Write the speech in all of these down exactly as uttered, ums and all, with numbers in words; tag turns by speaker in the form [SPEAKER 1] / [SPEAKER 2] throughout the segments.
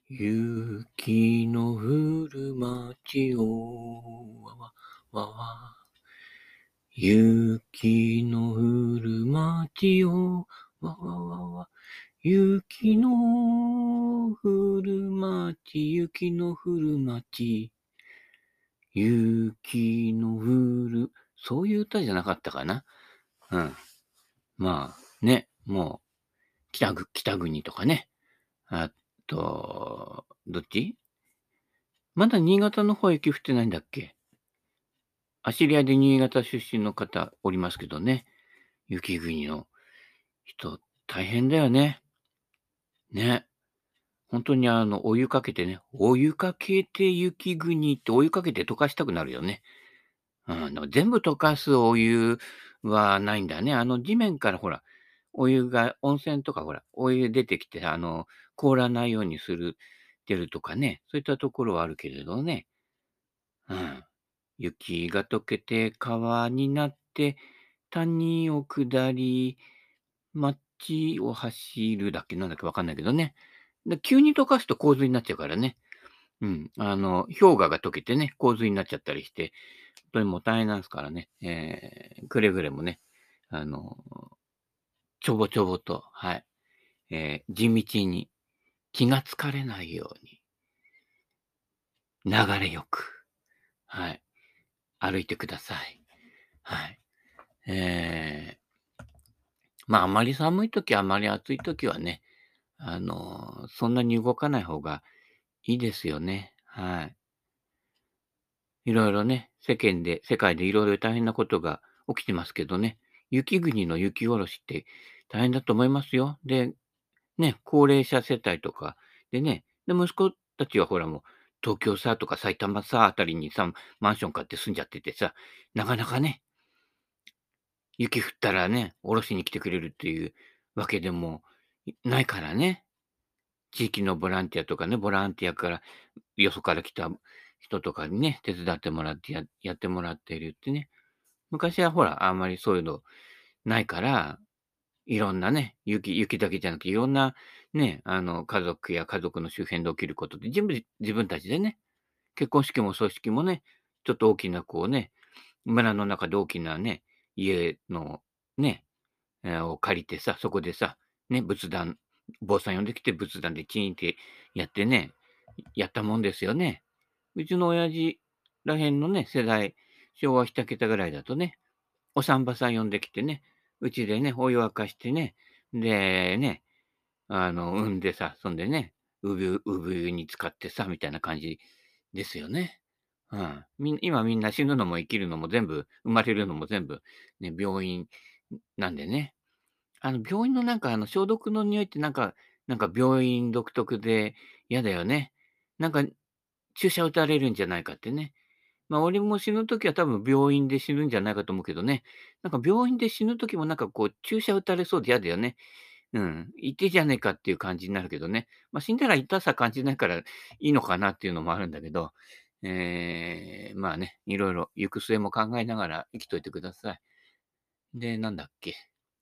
[SPEAKER 1] 雪の降る街を、わわ、わわ。雪の降る街を、わわわわ。雪の降る街、雪の降る街。雪の降る、そういう歌じゃなかったかな。うん。まあ、ね、もう、北ぐ、北国とかね。あと、どっちまだ新潟の方雪降ってないんだっけ？あ、知り合いで新潟出身の方おりますけどね。雪国の人、大変だよね。ね。ほんとにあの、お湯かけてね、お湯かけて雪国ってお湯かけて溶かしたくなるよね。うん、でも全部溶かすお湯はないんだね。あの地面からほら、お湯が温泉とかほら、お湯出てきて、あの、凍らないようにするてるとかね、そういったところはあるけれどね。うん。雪が溶けて川になって、谷を下り、街を走るだっけ、なんだっけわかんないけどね。で、急に溶かすと洪水になっちゃうからね。うん。あの、氷河が溶けてね、洪水になっちゃったりして、ほんとにもう大変なんすからね。ええ、くれぐれもね、あの、ちょぼちょぼと、はい、ええ、地道に気が疲れないように流れよく、はい、歩いてください。はい。ええ、まあ、あまり寒い時、あまり暑い時はね、あの、そんなに動かない方がいいですよね。はい。いろいろね、世間で、世界でいろいろ大変なことが起きてますけどね、雪国の雪下ろしって大変だと思いますよ。で、ね、高齢者世帯とかでね、で、息子たちはほらもう、東京さとか埼玉さあたりにさ、マンション買って住んじゃっててさ、なかなかね、雪降ったらね、下ろしに来てくれるっていうわけでもいないからね。地域のボランティアとかね、ボランティアから、よそから来た人とかにね、手伝ってもらってややってもらっているってね。昔はほら、あんまりそういうのないから、いろんなね、雪雪だけじゃなくて、いろんなね、あの、家族や家族の周辺で起きることって全部自分たちでね、結婚式も葬式もね、ちょっと大きなこうね、村の中で大きなね、家のね、えーを借りてさ、そこでさ、ね、仏壇、坊さん呼んできて仏壇でチーンってやってね、やったもんですよね。うちの親父らへんのね、世代、昭和二桁ぐらいだとね、お産婆さん呼んできてね、うちでね、お湯沸かしてね、で、ね、あの、産んでさ、そんでね、産産湯に浸かってさ、みたいな感じですよね。うん。みん今みんな死ぬのも生きるのも全部、生まれるのも全部、ね、病院なんでね。あの、病院のなんか、あの、消毒の匂いってなんかなんか病院独特で嫌だよね。なんか注射打たれるんじゃないかってね。ま、俺も死ぬ時は多分病院で死ぬんじゃないかと思うけどね。なんか病院で死ぬ時もなんかこう注射打たれそうで嫌だよね。うん。いてじゃねえかっていう感じになるけどね。ま、死んだら痛さ感じないからいいのかなっていうのもあるんだけど、ええ、まあね、いろいろ行く末も考えながら生きといてください。で、なんだっけ。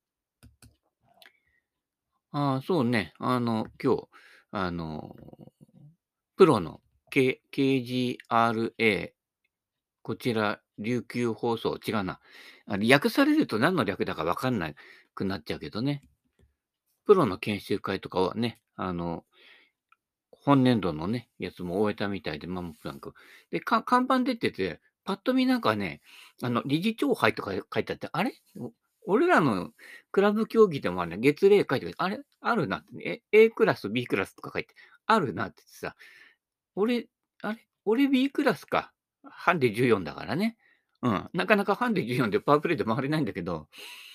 [SPEAKER 1] ああ、そうね。あの、今日、あの、プロの、K ケージーアールエー、こちら、琉球放送、違うな。あの、訳されると何の略だか分かんないくなっちゃうけどね。プロの研修会とかはね、あの、本年度のね、やつも終えたみたいで、ま、もなんか。で、か看板出てて、ぱっと見なんかね、あの、理事長杯とか書いてあって、あれ、お俺らのクラブ競技でもあるね、月例書いてある、あれ、あるなって、え、A クラス、B クラスとか書いて、あるなってさ、俺、あれ、俺 B クラスか。ハンデじゅうよんだからね。うん、なかなかハンデじゅうよんでパワープレイで回れないんだけど、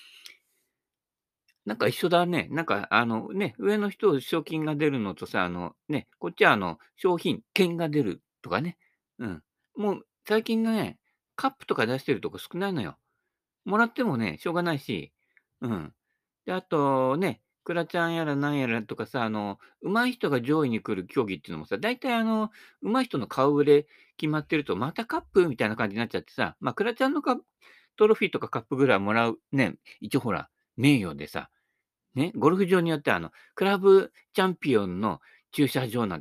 [SPEAKER 1] なんか一緒だね。なんかあのね、上の人賞金が出るのとさ、あのね、こっちはあの商品券が出るとかね。うん。もう最近ね、カップとか出してるとこ少ないのよ。もらってもね、しょうがないし。うん。で、あとね、クラちゃんやらなんやらとかさ、あの、上手い人が上位に来る競技っていうのもさ、大体あの、上手い人の顔ぶれ決まってると、またカップみたいな感じになっちゃってさ、ま、クラちゃんのカトロフィーとかカップぐらいもらうね、一応ほら、名誉でさ、ね、ゴルフ場によってはあの、クラブチャンピオンの駐車場なんて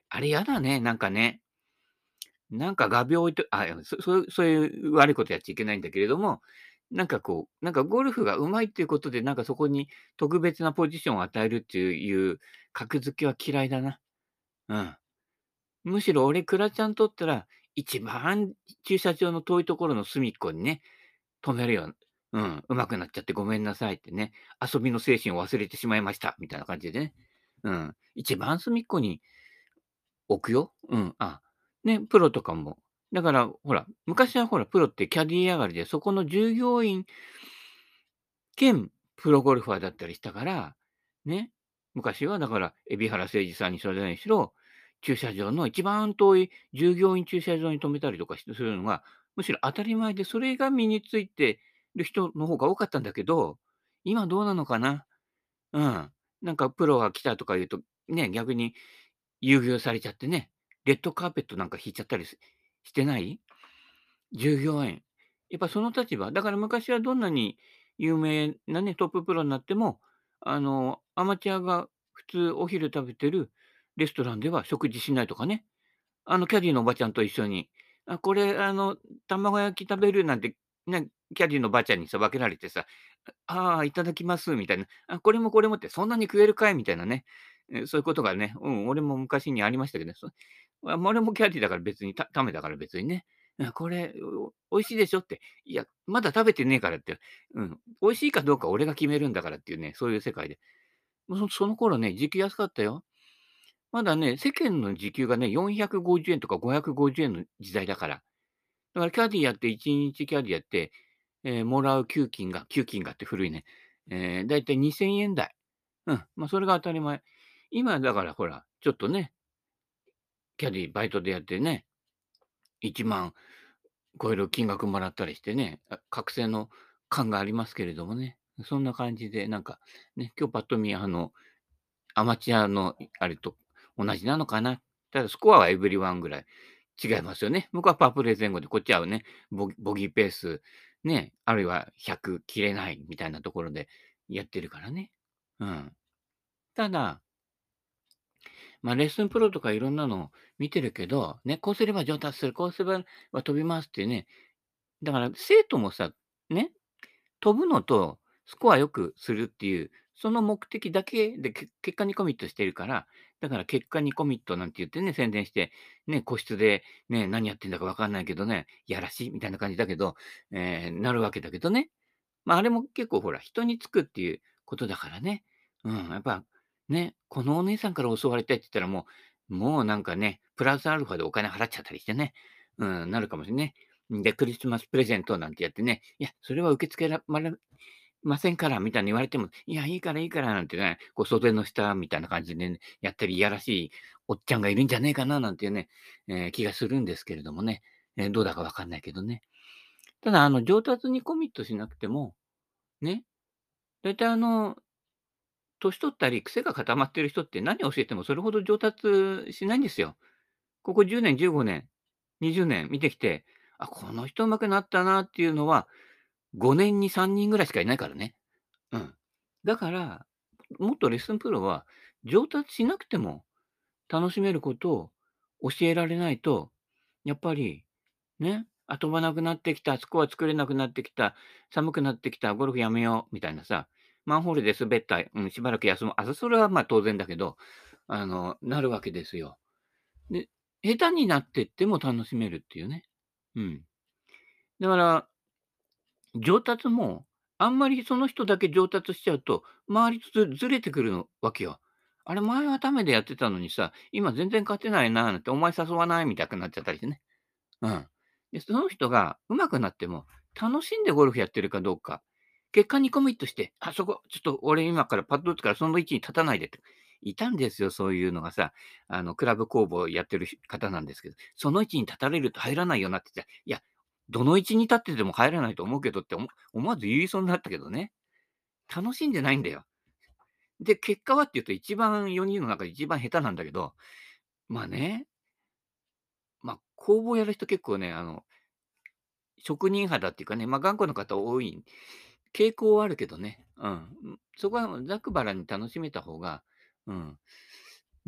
[SPEAKER 1] あれやだね、なんかね。なんか画鋲置いとあ、いや、そそういうそういう悪いことやっちゃいけないんだけれども、なんかこう、なんかゴルフが上手いっていうことで、なんかそこに特別なポジションを与えるっていういう格付けは嫌いだな。うん。むしろ俺、クラちゃんとったら、一番駐車場の遠いところの隅っこにね、止めるよ。うん、上手くなっちゃってごめんなさいってね、遊びの精神を忘れてしまいました、みたいな感じでね。うん、一番隅っこに置くよ。うん、あ、ね、プロとかも。だから、ほら、昔はほら、プロってキャディー上がりで、そこの従業員兼プロゴルファーだったりしたから、ね、昔はだから、海老原誠司さんにそれにしろ、駐車場の一番遠い従業員駐車場に止めたりとかしてするのが、むしろ当たり前で、それが身についてる人の方が多かったんだけど、今どうなのかな。うん。なんかプロが来たとか言うと、ね、逆に優遇されちゃってね、レッドカーペットなんか引いちゃったりすしてない？従業員。やっぱその立場。だから昔はどんなに有名なね、トッププロになっても、あの、アマチュアが普通お昼食べてるレストランでは食事しないとかね。あの、キャディーのおばちゃんと一緒に、あ、これ、あの、卵焼き食べるなんて、ね、キャディーのばあちゃんにさ、分けられてさ、ああ、いただきますみたいな、あ、これもこれもって、そんなに食えるかいみたいなね、え、そういうことがね、うん、俺も昔にありましたけどね、そあ、俺もキャディーだから別に、たタメだから別にね、あ、これ、お美味しいでしょって、いや、まだ食べてねえからって、うん、美味しいかどうか俺が決めるんだからっていうね、そういう世界で。もうそその頃ね、時給安かったよ。まだね、世間の時給がね、よんひゃくごじゅうえんとかごひゃくごじゅうえんの時代だから。だからキャディーやっていちにちキャディーやって、ええ、もらう給金が給金がって古いね。ええ、だいたいにせんえん台。うん、ま、それが当たり前。今だからほら、ちょっとね、キャディーバイトでやってね、いちまん超える金額もらったりしてね、あ、覚醒の感がありますけれどもね。そんな感じで、なんか、ね、今日パッと見、あの、アマチュアのあれと同じなのかな。ただスコアはエブリワンぐらい違いますよね。向こうはパープレー前後で、こっちはね、ボギボギーペース、ね、あるいはひゃく切れないみたいなところでやってるからね。うん。ただ、まあ、レッスンプロとかいろんなの見てるけど、ね、こうすれば上達する、こうすれば飛びますってね。だから生徒もさ、ね、飛ぶのとスコア良くするっていう、その目的だけで、け結果にコミットしてるから、だから結果にコミットなんて言ってね、宣伝して、ね、個室でね、何やってんだか分かんないけどね、やらしいみたいな感じだけど、えーなるわけだけどね。まあ、あれも結構ほら、人につくっていうことだからね。うん、やっぱ、ね、このお姉さんから教わりたいって言ったらもう、もうなんかね、プラスアルファでお金払っちゃったりしてね、うん、なるかもしれないね。で、クリスマスプレゼントなんてやってね、いや、それは受け付けらまれませんからみたいに言われても、いや、いいからいいからなんてね、こう袖の下みたいな感じでね、やったりいやらしいおっちゃんがいるんじゃねえかななんていうね、えー気がするんですけれどもね。えーどうだかわかんないけどね。ただ、あの、上達にコミットしなくても、ね、大体あの、年取ったり癖が固まってる人って何を教えてもそれほど上達しないんですよ。ここじゅうねん、じゅうごねん、にじゅうねん見てきて、あ、この人上手くなったなっていうのは、ごねんにさんにんぐらいしかいないからね。うん。だから、もっとレッスンプロは上達しなくても楽しめることを教えられないと、やっぱりね、あ、飛ばなくなってきた、スコア作れなくなってきた、寒くなってきた、ゴルフやめようみたいなさ、マンホールで滑った、うん、しばらく休む。あ、それはまあ当然だけど、あの、なるわけですよ。で、下手になってっても楽しめるっていうね。うん。だから、上達も、あんまりその人だけ上達しちゃうと、周りとずずれてくるのわけよ。あれ、前はためでやってたのにさ、今全然勝てないななんて、お前誘わないみたいになっちゃったりしてね。うん。で、その人が上手くなっても、楽しんでゴルフやってるかどうか、結果にコミットして、あそこ、ちょっと俺今からパッド打つからその位置に立たないでって。いたんですよ、そういうのがさ、あの、クラブ工房やってるひ方なんですけど、その位置に立たれると入らないよなって言って、いや、どの位置に立ってても入らないと思うけどって思思わず言いそうになったけどね。楽しんでないんだよ。で、結果はっていうと一番よにんの中で一番下手なんだけど、まあね、まあ、工房やる人結構ね、あの職人肌っていうかね、ま、頑固な方多い傾向はあるけどね。うん。ん、そこはざくばらんに楽しめた方が、うん、ね。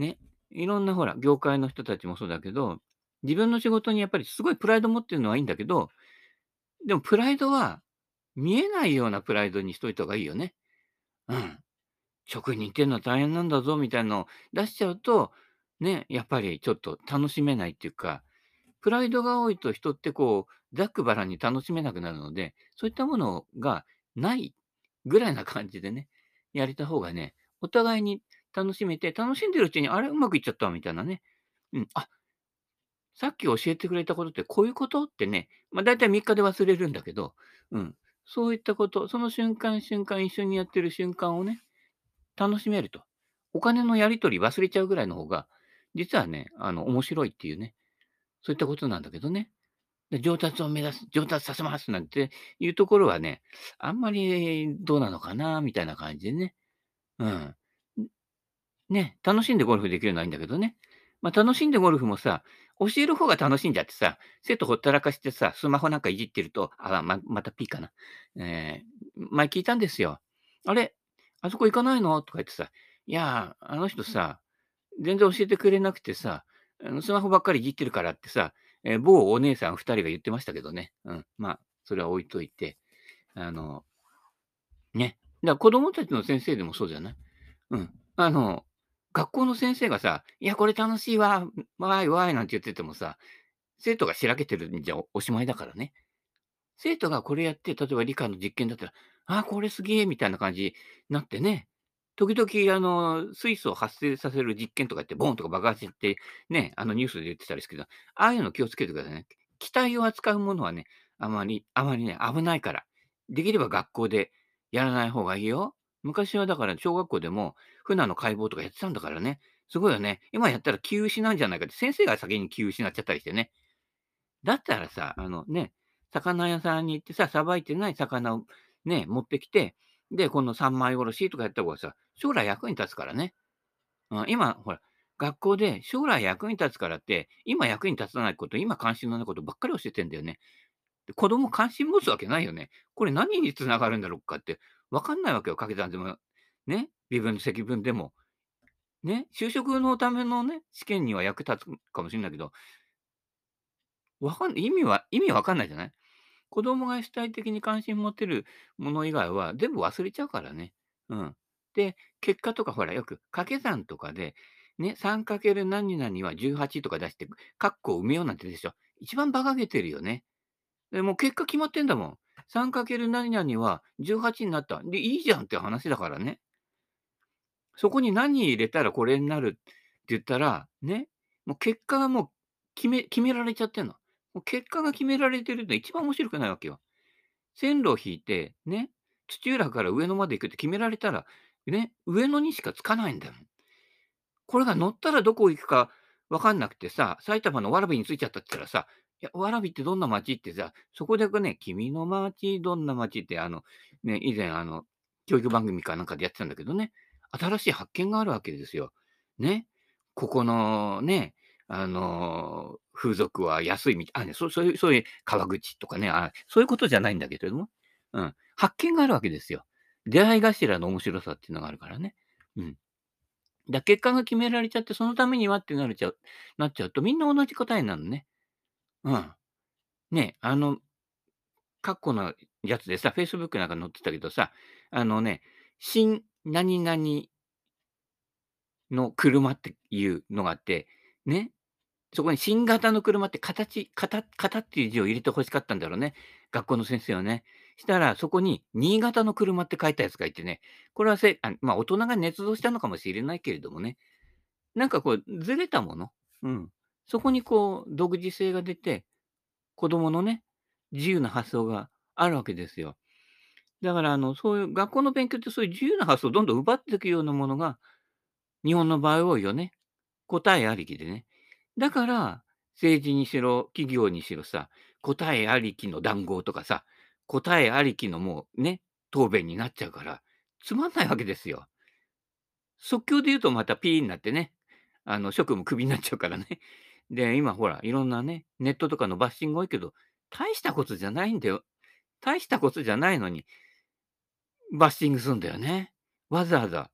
[SPEAKER 1] いろんなほら、業界の人たちもそうだけど、自分の仕事にやっぱりすごいプライド持ってるのはいいんだけど、でもプライドは見えないようなプライドにしといた方がいいよね。うん。職人っていうのは大変なんだぞみたいなのを出しちゃうと、ね、やっぱりちょっと楽しめないっていうか、プライドが多いと人ってこう、ざっくばらんに楽しめなくなるので、そういったものがないぐらいな感じでね、やれた方がね、お互いに楽しめて、楽しんでるうちに、あれ、うまくいっちゃったみたいなね。うん、あ、さっき教えてくれたことってこういうことってね、ま、だいたいみっかで忘れるんだけど、うん、そういったこと、その瞬間瞬間一緒にやってる瞬間をね、楽しめると。お金のやり取り忘れちゃうぐらいの方が、実はね、あの、面白いっていうね、そういったことなんだけどね。で、上達を目指す、上達させますなんていうところはね、あんまりどうなのかなみたいな感じでね。うん。ね、楽しんでゴルフできるのはいいんだけどね。ま、楽しんでゴルフもさ、教える方が楽しんじゃってさ、生徒ほったらかしてさ、スマホなんかいじってると、あ、ままた P かな。ええ、前聞いたんですよ。「あれ、あそこ行かないの？」とか言ってさ、「いや、あの人さ、全然教えてくれなくてさ、あの、スマホばっかりいじってるから」ってさ、え、某お姉さんふたりが言ってましたけどね。うん、ま、それは置いといて、あのね。だから子供たちの先生でもそうじゃない？うん。あの、学校の先生がさ、いや、これ楽しいわ、わーいわーいなんて言っててもさ、生徒がしらけてるんじゃおおしまいだからね。生徒がこれやって、例えば理科の実験だったら、ああ、これすげえみたいな感じになってね、時々あの、水素を発生させる実験とか言って、ボンとか爆発して、ね、あのニュースで言ってたりするけど、ああいうの気をつけてくださいね。機体を扱うものはね、あまりあまりね、危ないから。できれば学校でやらない方がいいよ。昔はだから小学校でも、船の解剖とかやってたんだからね。すごいよね。今やったら気を失うんじゃないかって、先生が先に気を失っちゃったりしてね。だったらさ、あのね、魚屋さんに行ってさ、さばいてない魚をね、持ってきて、で、この三枚おろしとかやった方がさ、将来役に立つからね。うん、今、ほら、学校で将来役に立つからって、今役に立たないこと、今関心のないことばっかり教えてんだよね。で、子供関心持つわけないよね。これ何に繋がるんだろうかって、わかんないわけよ、掛け算でも、ね、微分、積分でも。ね、就職のためのね、試験には役立つかもしれないけど、わかん意味は意味わかんないじゃない？子供が主体的に関心持てるもの以外は全部忘れちゃうからね。うん。で、結果とかほらよく掛け算とかで、ね、さんかける何々はじゅうはちとか出して、括弧を埋めようなんてでしょ。一番馬鹿げてるよね。で、もう結果決まってんだもん。さんかける何々はじゅうはちになった。で、いいじゃんって話だからね。そこに何入れたらこれになるって言ったら、ね、もう結果がもう決め決められちゃってんの。もう結果が決められてるって一番面白くないわけよ。線路を引いて、ね、土浦から上野まで行くって決められたら、ね、上野にしか着かないんだよ。これが乗ったらどこ行くか分かんなくてさ、埼玉の蕨に着いちゃったって言ったらさ、いや、蕨ってどんな街ってさ、そこでね、君の街、どんな街って、あの、ね、以前あの、教育番組かなんかでやってたんだけどね、新しい発見があるわけですよ。ね。ここのね、あの、風俗は安いみたいあ、ね、そうそういうそういう川口とかね、あ、そういうことじゃないんだけれども、うん、発見があるわけですよ。出会い頭の面白さっていうのがあるからね。うん。だ、結果が決められちゃって、そのためにはってなれちゃうなっちゃうと、みんな同じ答えになるのね。うん。ね、あの、過去のやつでさ、Facebook なんか載ってたけどさ、あのね、新何々の車っていうのがあって、ね、そこに新型の車って形型型っていう字を入れて欲しかったんだろうね、学校の先生はね。したら、そこに新潟の車って書いたやつがいてね、これはせあ、ま、大人が捏造したのかもしれないけれどもね、なんかこうずれたもの、うん。そこにこう独自性が出て、子供のね、自由な発想があるわけですよ。だからあの、そういう学校の勉強ってそういう自由な発想をどんどん奪っていくようなものが、日本の場合多いよね。答えありきでね。だから、政治にしろ、企業にしろさ、答えありきの談合とかさ、答えありきのもうね、答弁になっちゃうから、つまんないわけですよ。即興で言うとまたピーになってね、あの、職務クビになっちゃうからね。で、今ほら、いろんなね、ネットとかのバッシング多いけど、大したことじゃないんだよ。大したことじゃないのに、バッシングすんだよね。わざわざ。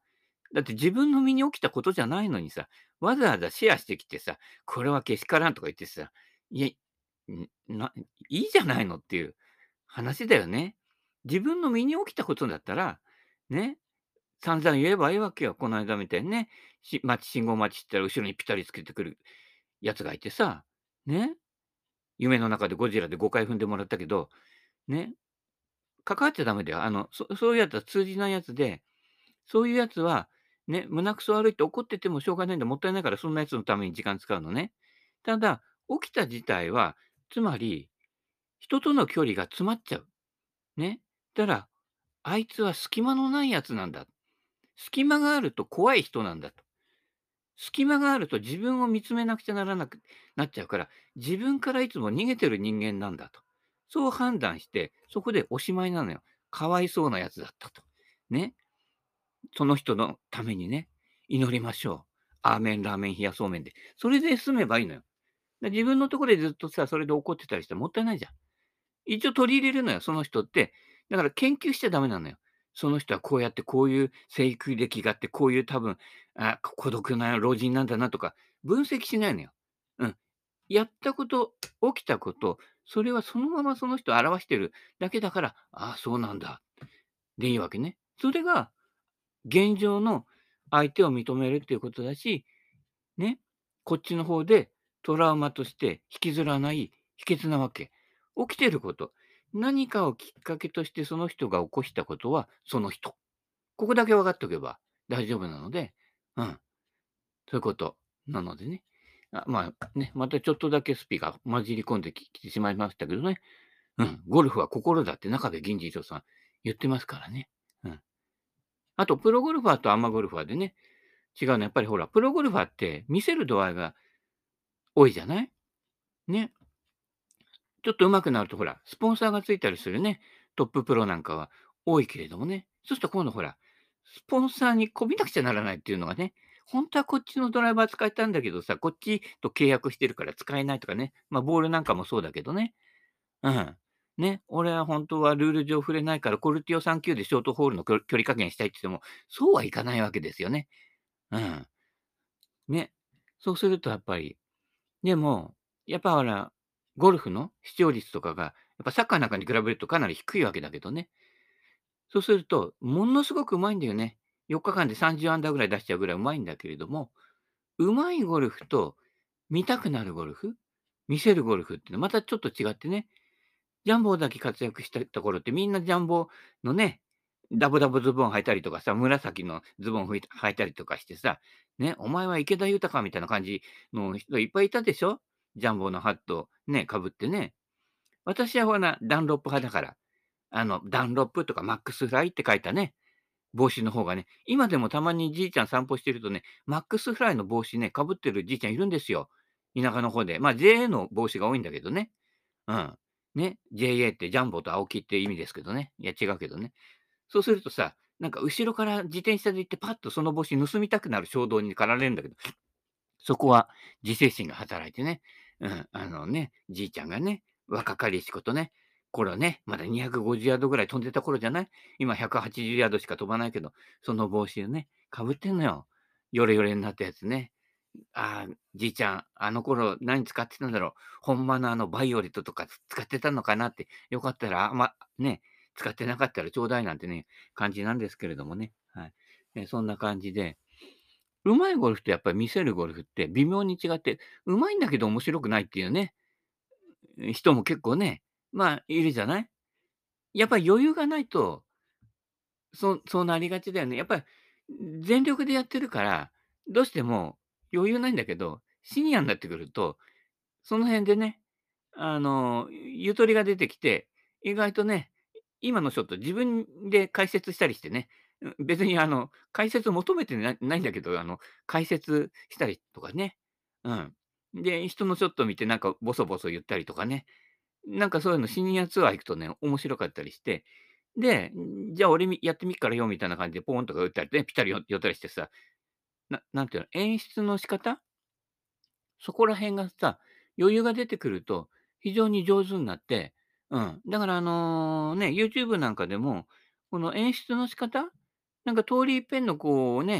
[SPEAKER 1] だって自分の身に起きたことじゃないのにさ、わざわざシェアしてきてさ、これはけしからんとか言ってさ、いや、んな、いいじゃないのっていう話だよね。自分の身に起きたことだったら、ね、散々言えばいいわけよ。この間みたいにね、し待ち信号待ちしてたら後ろにピタリつけてくるやつがいてさ、ね、夢の中でゴジラでごかい踏んでもらったけど、ね、関わっちゃダメだよ。あの、そそういうやつは通じないやつで、そういうやつは、ね、胸くそ悪いって怒っててもしょうがないんだ、もったいないからそんなやつのために時間使うのね。ただ、起きた事態は、つまり、人との距離が詰まっちゃう。ね。たら、あいつは隙間のないやつなんだ。隙間があると怖い人なんだと。隙間があると自分を見つめなくちゃならなくなっちゃうから、自分からいつも逃げてる人間なんだと。そう判断して、そこでおしまいなのよ。かわいそうなやつだったと。ね。その人のためにね、祈りましょう。アーメン、ラーメン、冷やそうめんで。それで済めばいいのよ。で自分のところでずっとさ、それで怒ってたりしたらもったいないじゃん。一応取り入れるのよ、その人って。だから研究しちゃダメなのよ。その人はこうやってこういう生育歴があって、こういう多分、あ、孤独な老人なんだなとか、分析しないのよ。うん。やったこと、起きたこと、それはそのままその人を表してるだけだから、ああ、そうなんだ。でいいわけね。それが現状の相手を認めるっていうことだし、ね、こっちの方でトラウマとして引きずらない秘訣なわけ。起きてること。何かをきっかけとしてその人が起こしたことはその人。ここだけ分かっておけば大丈夫なので、うん、そういうことなのでね。あまあね、またちょっとだけスピが混じり込んでききてしまいましたけどね。うん、ゴルフは心だって中部銀次郎さん言ってますからね。うん。あと、プロゴルファーとアマゴルファーでね、違うのはやっぱりほら、プロゴルファーって見せる度合いが多いじゃないね。ちょっと上手くなるとほら、スポンサーがついたりするね、トッププロなんかは多いけれどもね。そうすると今度ほら、スポンサーにこびなくちゃならないっていうのがね、本当はこっちのドライバー使いたいんだけどさ、こっちと契約してるから使えないとかね。まあ、ボールなんかもそうだけどね。うん。ね、俺は本当はルール上触れないから、コルティオさん級でショートホールのきょ距離加減したいって言っても、そうはいかないわけですよね。うん。ね。そうするとやっぱり、でも、やっぱほら、ゴルフの視聴率とかが、やっぱサッカーなんかに比べるとかなり低いわけだけどね。そうすると、ものすごく上手いんだよね。よっかかんでさんじゅうアンダーぐらい出しちゃうぐらい上手いんだけれども、上手いゴルフと見たくなるゴルフ、見せるゴルフっていうのはまたちょっと違ってね、ジャンボだけ活躍したところってみんなジャンボのね、ダボダボズボン履いたりとかさ、紫のズボンふい履いたりとかしてさ、ね、お前は池田豊みたいな感じの人がいっぱいいたでしょ？ジャンボのハットね、かぶってね。私はほら、ダンロップ派だから、あの、ダンロップとかマックスフライって書いたね、帽子の方がね、今でもたまにじいちゃん散歩してるとね、マックスフライの帽子ね、かぶってるじいちゃんいるんですよ。田舎の方で。まあ、ジェーエー の帽子が多いんだけどね。うん。ね、ジェーエー ってジャンボと青木って意味ですけどね。いや、違うけどね。そうするとさ、なんか後ろから自転車で行ってパッとその帽子盗みたくなる衝動に駆られるんだけど、そこは自制心が働いてね、うん、あのね、じいちゃんがね、若かりしことね、頃ね、まだにひゃくごじゅうヤードぐらい飛んでた頃じゃない？今ひゃくはちじゅうヤードしか飛ばないけど、その帽子をね、かぶってんのよ。ヨレヨレになったやつね。ああ、じいちゃん、あの頃何使ってたんだろう。ほんまのあのバイオレットとか使ってたのかなって、よかったら、あま、ね、使ってなかったらちょうだいなんてね、感じなんですけれどもね。はい。え、そんな感じで、上手いゴルフとやっぱり見せるゴルフって微妙に違って、上手いんだけど面白くないっていうね、人も結構ね、まあ、いるじゃない？やっぱり余裕がないと、そうそうなりがちだよね。やっぱり全力でやってるから、どうしても余裕ないんだけど、シニアになってくるとその辺でね、あの、ゆとりが出てきて、意外とね、今のショット自分で解説したりしてね、うん、別にあの、解説を求めてなないんだけど、あの、解説したりとかね。うん。で、人のショットを見てなんかボソボソ言ったりとかね。なんかそういうのシニアツアー行くとね、面白かったりして、で、じゃあ俺みやってみっからよみたいな感じでポーンとか打ったりね、ピタリよ寄ったりしてさ、ななんていうの、演出の仕方そこら辺がさ、余裕が出てくると、非常に上手になって、うん。だからあのね、YouTube なんかでも、この演出の仕方なんか通り一遍のこうね、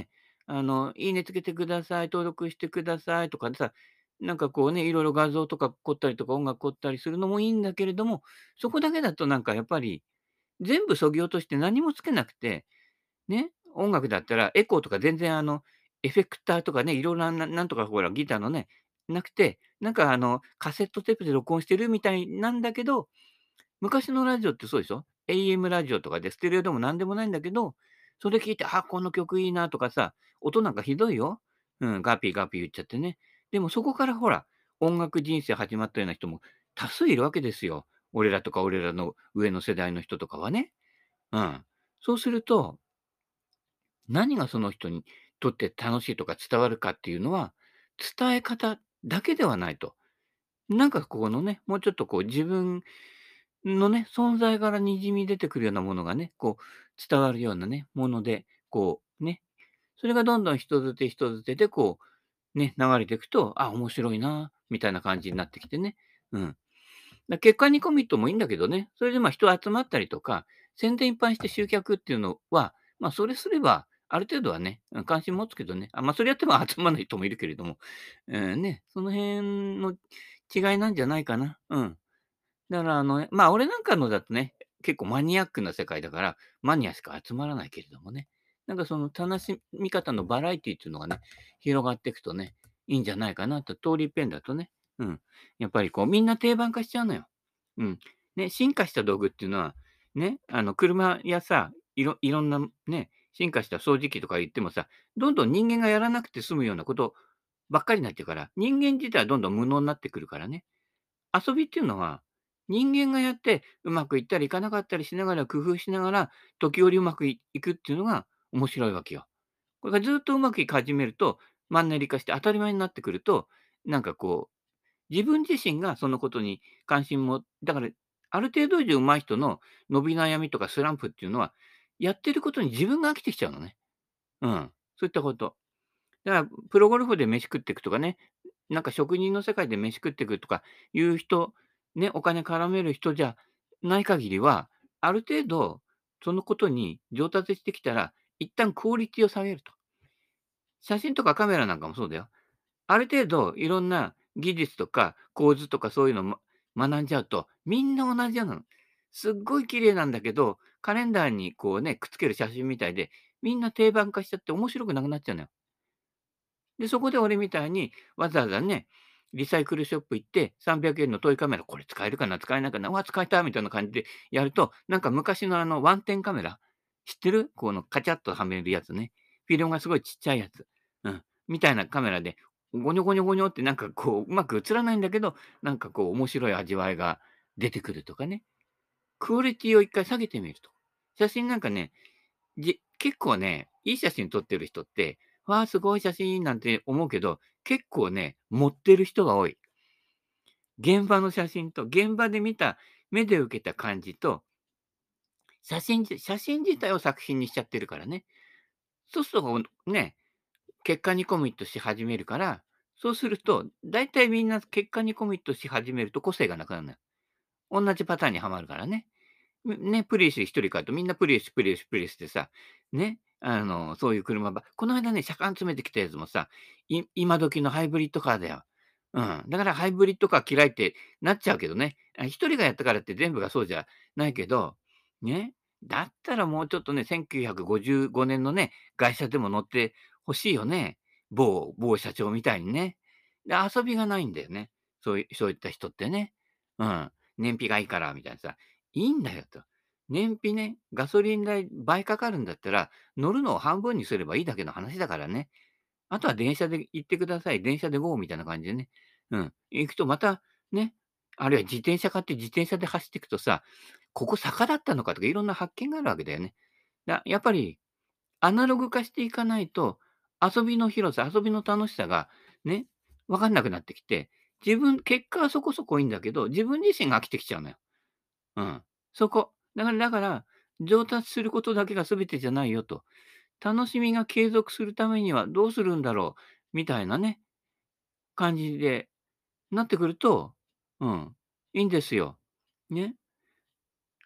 [SPEAKER 1] あの、いいねつけてください、登録してくださいとかでさ、なんかこうね、いろいろ画像とか凝ったりとか音楽凝ったりするのもいいんだけれども、そこだけだとなんかやっぱり、全部削ぎ落として何もつけなくて、ね、音楽だったらエコーとか全然あの、エフェクターとかね、いろんな、ななんとかほら、ギターのね、なくて、なんかあの、カセットテープで録音してるみたいなんだけど、昔のラジオってそうでしょ？ エーエム ラジオとかでステレオでもなんでもないんだけど、それ聞いて、あ、この曲いいなとかさ、音なんかひどいよ。うん、ガピガピ言っちゃってね。でもそこからほら、音楽人生始まったような人も多数いるわけですよ。俺らとか俺らの上の世代の人とかはね。うん。そうすると、何がその人にとって楽しいとか伝わるかっていうのは、伝え方だけではないと。なんかこのね、もうちょっとこう自分のね、存在から滲み出てくるようなものがね、こう伝わるようなね、もので、こうね、それがどんどん人づて人づてでこうね、流れていくと、あ、面白いな、みたいな感じになってきてね。うん。だ結果にコミットもいいんだけどね、それでまあ人集まったりとか、宣伝いっぱいして集客っていうのは、まあそれすれば、ある程度はね、うん関心持つけどね、あ、まあそれやっても集まらない人もいるけれども、えーね、その辺の違いなんじゃないかな。うん。だからあの、まあ俺なんかのだとね、結構マニアックな世界だから、マニアしか集まらないけれどもね。なんかその楽しみ方のバラエティっていうのがね、広がっていくとね、いいんじゃないかなと、通り一遍だとね。うん。やっぱりこうみんな定番化しちゃうのよ。うん。ね、進化した道具っていうのは、ね、あの車やさ、いろいろんなね、進化した掃除機とか言ってもさ、どんどん人間がやらなくて済むようなことばっかりになってるから、人間自体はどんどん無能になってくるからね。遊びっていうのは、人間がやってうまくいったりいかなかったりしながら工夫しながら、時折うまくいいくっていうのが面白いわけよ。これがずっとうまくいき始めると、マンネリ化して当たり前になってくると、なんかこう、自分自身がそのことに関心もだから、ある程度以上上手い人の伸び悩みとかスランプっていうのは、やってることに自分が飽きてきちゃうのね。うん。そういったこと。だから、プロゴルフで飯食っていくとかね、なんか職人の世界で飯食っていくとかいう人、ね、お金絡める人じゃない限りは、ある程度そのことに上達してきたら、一旦クオリティを下げると。写真とかカメラなんかもそうだよ。ある程度いろんな技術とか構図とかそういうのをま学んじゃうと、みんな同じようなの。すっごい綺麗なんだけど、カレンダーにこうね、くっつける写真みたいで、みんな定番化しちゃって面白くなくなっちゃうのよ。で、そこで俺みたいに、わざわざね、リサイクルショップ行って、さんびゃくえんのトイカメラ、これ使えるかな、使えないかな、うわ、使えたみたいな感じでやると、なんか昔のあのワンテンカメラ、知ってる？このカチャッとはめるやつね。フィルムがすごいちっちゃいやつ。うん。みたいなカメラで、ゴニョゴニョゴニョってなんかこう、うまく映らないんだけど、なんかこう面白い味わいが出てくるとかね。クオリティを一回下げてみると。写真なんかね、じ結構ね、いい写真撮ってる人って、わあ、すごい写真なんて思うけど、結構ね、盛ってる人が多い。現場の写真と、現場で見た、目で受けた感じと、写真じ写真自体を作品にしちゃってるからね。そうすると、ね、結果にコミットし始めるから、そうすると、だいたいみんな結果にコミットし始めると個性がなくなるのよ。同じパターンにはまるからね。ねね、プリウス一人買うとみんなプリウス、プリウス、プリウスってさ、ね、あの、そういう車ばこの間ね、車間詰めてきたやつもさ、い今時のハイブリッドカーだよ。うん。だからハイブリッドカー嫌いってなっちゃうけどね。あ、一人がやったからって全部がそうじゃないけど、ね、だったらもうちょっとね、せんきゅうひゃくごじゅうごねんのね、外車でも乗って欲しいよね。某某社長みたいにね。で、遊びがないんだよね。そういそういった人ってね。うん。燃費がいいからみたいなさ。いいんだよと。燃費ね、ガソリン代倍かかるんだったら、乗るのを半分にすればいいだけの話だからね。あとは電車で行ってください。電車で ゴー みたいな感じでね。うん。行くとまた、ね、あるいは自転車買って自転車で走っていくとさ、ここ坂だったのかとかいろんな発見があるわけだよね。だやっぱりアナログ化していかないと、遊びの広さ、遊びの楽しさがね、わかんなくなってきて、自分結果はそこそこいいんだけど、自分自身が飽きてきちゃうのよ。うん。そこ。だからだから、上達することだけが全てじゃないよと。楽しみが継続するためにはどうするんだろう、みたいなね、感じでなってくると、うん、いいんですよ。ね。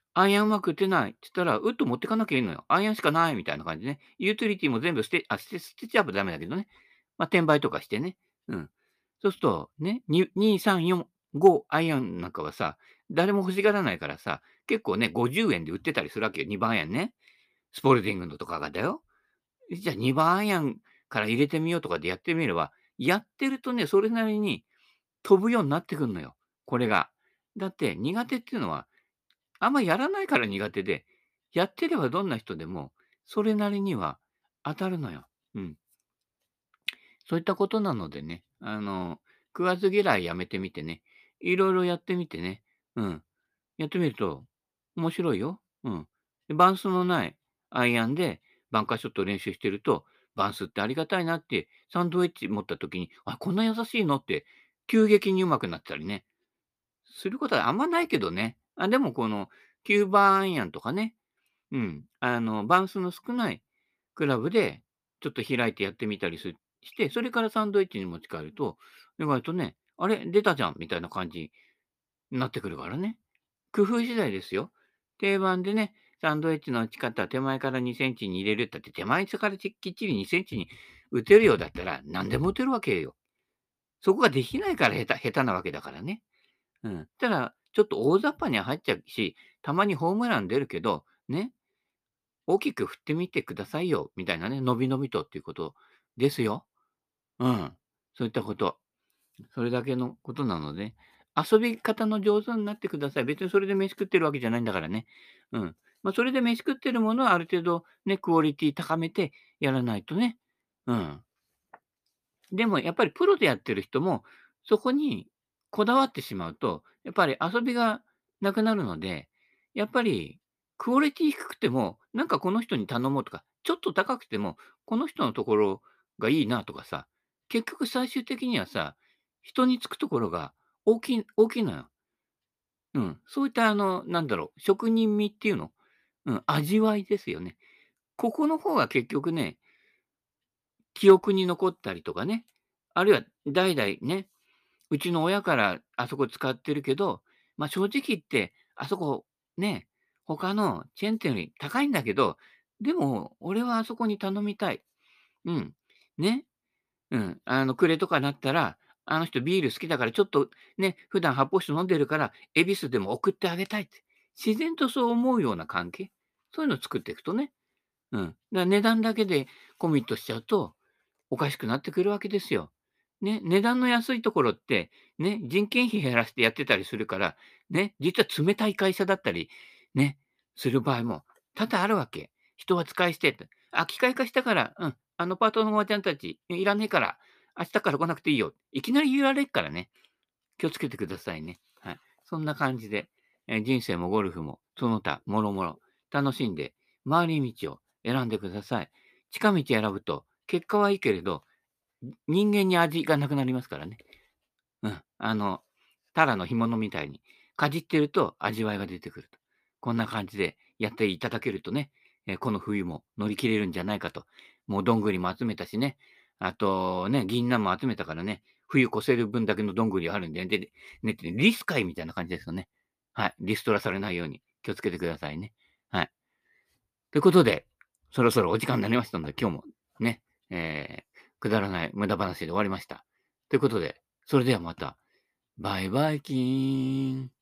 [SPEAKER 1] アイアンうまく打てないって言ったら、ウッド持ってかなきゃいいのよ。アイアンしかないみたいな感じでね。ユーティリティも全部捨てあ、捨て捨てちゃえばダメだけどね。ま、転売とかしてね。うん。そうすると、ね、にに、さん、よん、ごアイアンなんかはさ、誰も欲しがらないからさ、結構ね、ごじゅうえんで売ってたりするわけよ、にばんアイアンね。スポルティングのとかがだよ。じゃあにばんアイアンから入れてみようとかでやってみれば、やってるとね、それなりに飛ぶようになってくんのよ、これが。だって苦手っていうのはあんまやらないから苦手で、やってればどんな人でも、それなりには当たるのよ。うん。そういったことなのでね、あの、食わず嫌いやめてみてね、いろいろやってみてね、うん。やってみると面白いよ。うん。で、バンスのないアイアンでバンカーショット練習してると、バンスってありがたいなって、サンドウェッジ持った時に、あ、こんな優しいのって、急激に上手くなったりね、することはあんまないけどね。あ、でもこのきゅうばんアイアンとかね、うん。あの、バウンスの少ないクラブで、ちょっと開いてやってみたりすして、それからサンドイッチに持ち帰ると、意外とね、あれ、出たじゃんみたいな感じになってくるからね。工夫次第ですよ。定番でね、サンドイッチの打ち方、手前からにセンチに入れるったって、手前からきっちりにセンチに打てるようだったら、何でも打てるわけよ。そこができないから下手下手なわけだからね。うん。ただ、ちょっと大雑把には入っちゃうし、たまにホームラン出るけど、ね、大きく振ってみてくださいよ、みたいなね、のびのびとっていうことですよ。うん。そういったこと。それだけのことなので、遊び方の上手になってください。別にそれで飯食ってるわけじゃないんだからね。うん。まあ、それで飯食ってるものはある程度ね、クオリティ高めてやらないとね。うん。でもやっぱりプロでやってる人も、そこにこだわってしまうと、やっぱり遊びがなくなるので、やっぱりクオリティ低くても、なんかこの人に頼もうとか、ちょっと高くても、この人のところがいいなとかさ、結局最終的にはさ、人につくところが大きい大きいのよ。うん。そういったあの、なんだろう、職人味っていうの、うん、味わいですよね。ここの方が結局ね、記憶に残ったりとかね、あるいは代々ね、うちの親からあそこ使ってるけど、ま、正直言って、あそこね、他のチェーン店より高いんだけど、でも俺はあそこに頼みたい。うん。ね。うん。あの、暮れとかなったら、あの人ビール好きだからちょっとね、普段発泡酒飲んでるから、恵比寿でも送ってあげたいって。自然とそう思うような関係、そういうのを作っていくとね、うん。だから値段だけでコミットしちゃうと、おかしくなってくるわけですよ。ね、値段の安いところって、ね、人件費減らしてやってたりするから、ね、実は冷たい会社だったり、ね、する場合も多々あるわけ。人は使い捨てって。あ、機械化したから、うん、あのパートのおばちゃんたち、いらねえから、明日から来なくていいよ。いきなり言われるからね。気をつけてくださいね。はい。そんな感じで、えー人生もゴルフも、その他、もろもろ、楽しんで、回り道を選んでください。近道選ぶと、結果はいいけれど、人間に味がなくなりますからね。うん。あの、タラの干物みたいに、かじってると味わいが出てくると。こんな感じでやっていただけるとね、え、この冬も乗り切れるんじゃないかと。もうどんぐりも集めたしね、あとね、銀杏も集めたからね、冬越せる分だけのどんぐりあるんで、で、ね、リス会みたいな感じですよね。はい。リストラされないように気をつけてくださいね。はい。ということで、そろそろお時間になりましたので、今日もね、えーくだらない無駄話で終わりました。ということで、それではまた。バイバイキーン。